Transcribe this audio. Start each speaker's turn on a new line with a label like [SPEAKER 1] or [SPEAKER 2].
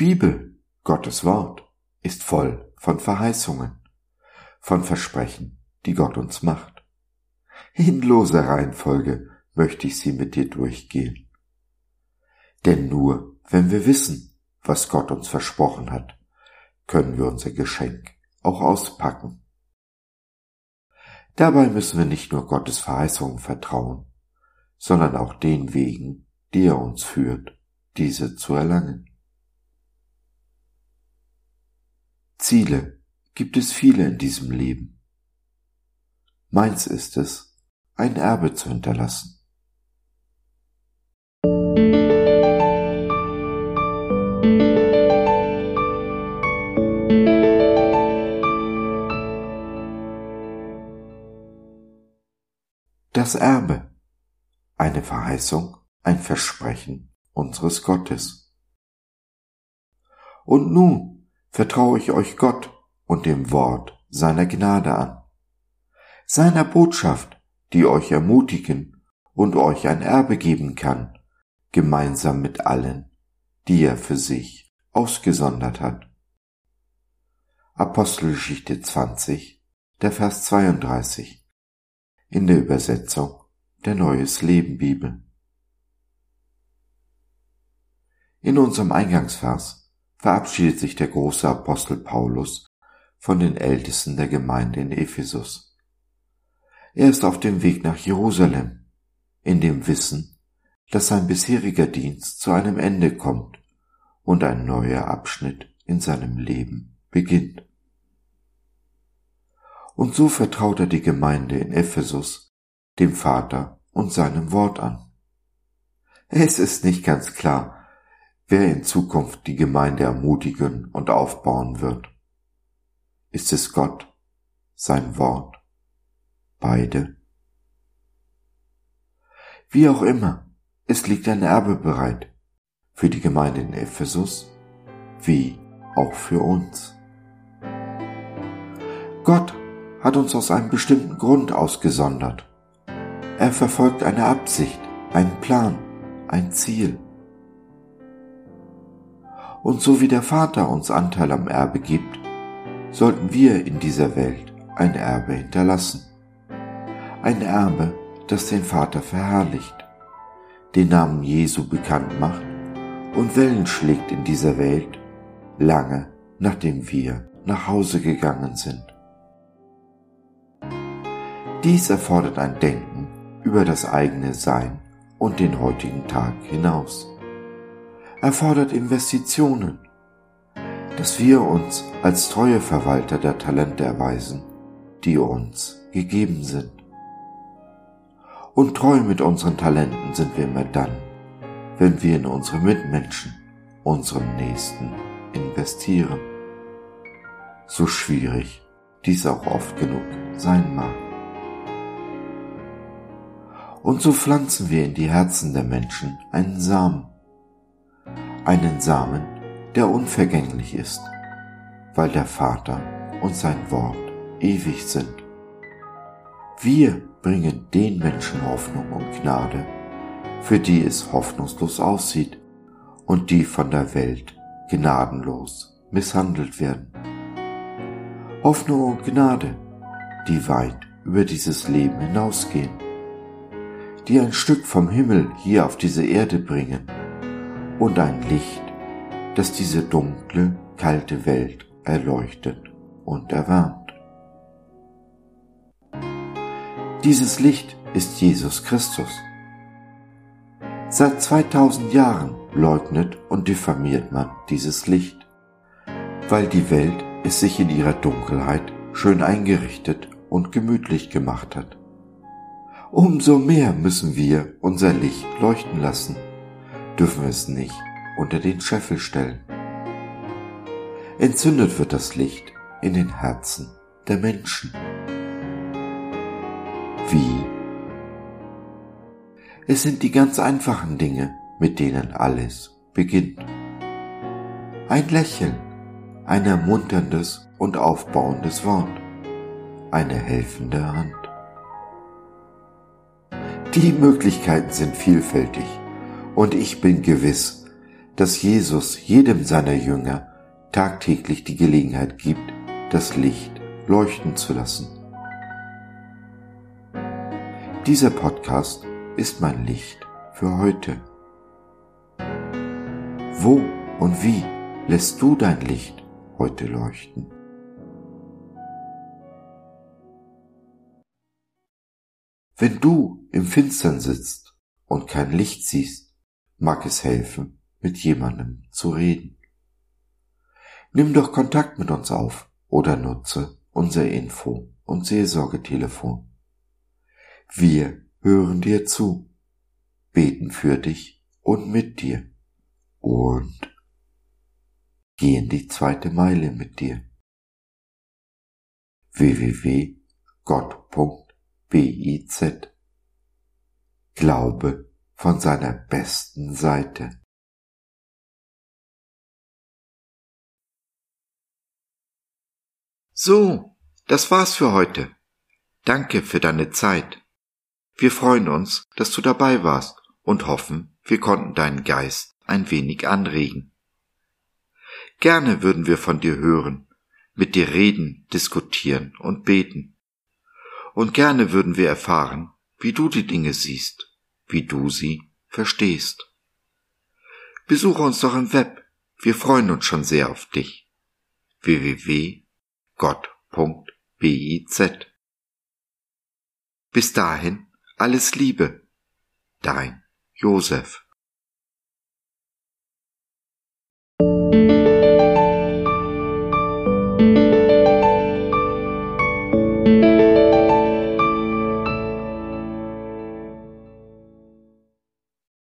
[SPEAKER 1] Bibel, Gottes Wort, ist voll von Verheißungen, von Versprechen, die Gott uns macht. In loser Reihenfolge möchte ich sie mit dir durchgehen. Denn nur wenn wir wissen, was Gott uns versprochen hat, können wir unser Geschenk auch auspacken. Dabei müssen wir nicht nur Gottes Verheißungen vertrauen, sondern auch den Wegen, die er uns führt, diese zu erlangen. Ziele gibt es viele in diesem Leben. Meins ist es, ein Erbe zu hinterlassen. Das Erbe, eine Verheißung, ein Versprechen unseres Gottes. Und nun vertraue ich euch Gott und dem Wort seiner Gnade an, seiner Botschaft, die euch ermutigen und euch ein Erbe geben kann, gemeinsam mit allen, die er für sich ausgesondert hat. Apostelgeschichte 20, der Vers 32, in der Übersetzung der Neues Leben Bibel. In unserem Eingangsvers verabschiedet sich der große Apostel Paulus von den Ältesten der Gemeinde in Ephesus. Er ist auf dem Weg nach Jerusalem, in dem Wissen, dass sein bisheriger Dienst zu einem Ende kommt und ein neuer Abschnitt in seinem Leben beginnt. Und so vertraut er die Gemeinde in Ephesus dem Vater und seinem Wort an. Es ist nicht ganz klar, wer in Zukunft die Gemeinde ermutigen und aufbauen wird. Ist es Gott, sein Wort, beide? Wie auch immer, es liegt ein Erbe bereit, für die Gemeinde in Ephesus, wie auch für uns. Gott hat uns aus einem bestimmten Grund ausgesondert. Er verfolgt eine Absicht, einen Plan, ein Ziel. Und so wie der Vater uns Anteil am Erbe gibt, sollten wir in dieser Welt ein Erbe hinterlassen. Ein Erbe, das den Vater verherrlicht, den Namen Jesu bekannt macht und Wellen schlägt in dieser Welt, lange nachdem wir nach Hause gegangen sind. Dies erfordert ein Denken über das eigene Sein und den heutigen Tag hinaus. Erfordert Investitionen, dass wir uns als treue Verwalter der Talente erweisen, die uns gegeben sind. Und treu mit unseren Talenten sind wir immer dann, wenn wir in unsere Mitmenschen, unseren Nächsten, investieren. So schwierig dies auch oft genug sein mag. Und so pflanzen wir in die Herzen der Menschen einen Samen, der unvergänglich ist, weil der Vater und sein Wort ewig sind. Wir bringen den Menschen Hoffnung und Gnade, für die es hoffnungslos aussieht und die von der Welt gnadenlos misshandelt werden. Hoffnung und Gnade, die weit über dieses Leben hinausgehen, die ein Stück vom Himmel hier auf diese Erde bringen und ein Licht, das diese dunkle, kalte Welt erleuchtet und erwärmt. Dieses Licht ist Jesus Christus. Seit 2000 Jahren leugnet und diffamiert man dieses Licht, weil die Welt es sich in ihrer Dunkelheit schön eingerichtet und gemütlich gemacht hat. Umso mehr müssen wir unser Licht leuchten lassen, dürfen es nicht unter den Scheffel stellen. Entzündet wird das Licht in den Herzen der Menschen. Wie? Es sind die ganz einfachen Dinge, mit denen alles beginnt. Ein Lächeln, ein ermunterndes und aufbauendes Wort, eine helfende Hand. Die Möglichkeiten sind vielfältig und ich bin gewiss, dass Jesus jedem seiner Jünger tagtäglich die Gelegenheit gibt, das Licht leuchten zu lassen. Dieser Podcast ist mein Licht für heute. Wo und wie lässt du dein Licht heute leuchten? Wenn du im Finstern sitzt und kein Licht siehst, mag es helfen, mit jemandem zu reden. Nimm doch Kontakt mit uns auf oder nutze unser Info- und Seelsorgetelefon. Wir hören dir zu, beten für dich und mit dir und gehen die 2. Meile mit dir. www.gott.biz Glaube von seiner besten Seite. So, das war's für heute. Danke für deine Zeit. Wir freuen uns, dass du dabei warst und hoffen, wir konnten deinen Geist ein wenig anregen. Gerne würden wir von dir hören, mit dir reden, diskutieren und beten. Und gerne würden wir erfahren, wie du die Dinge siehst, wie du sie verstehst. Besuche uns doch im Web, wir freuen uns schon sehr auf dich. www.gott.biz Bis dahin, alles Liebe, dein Josef.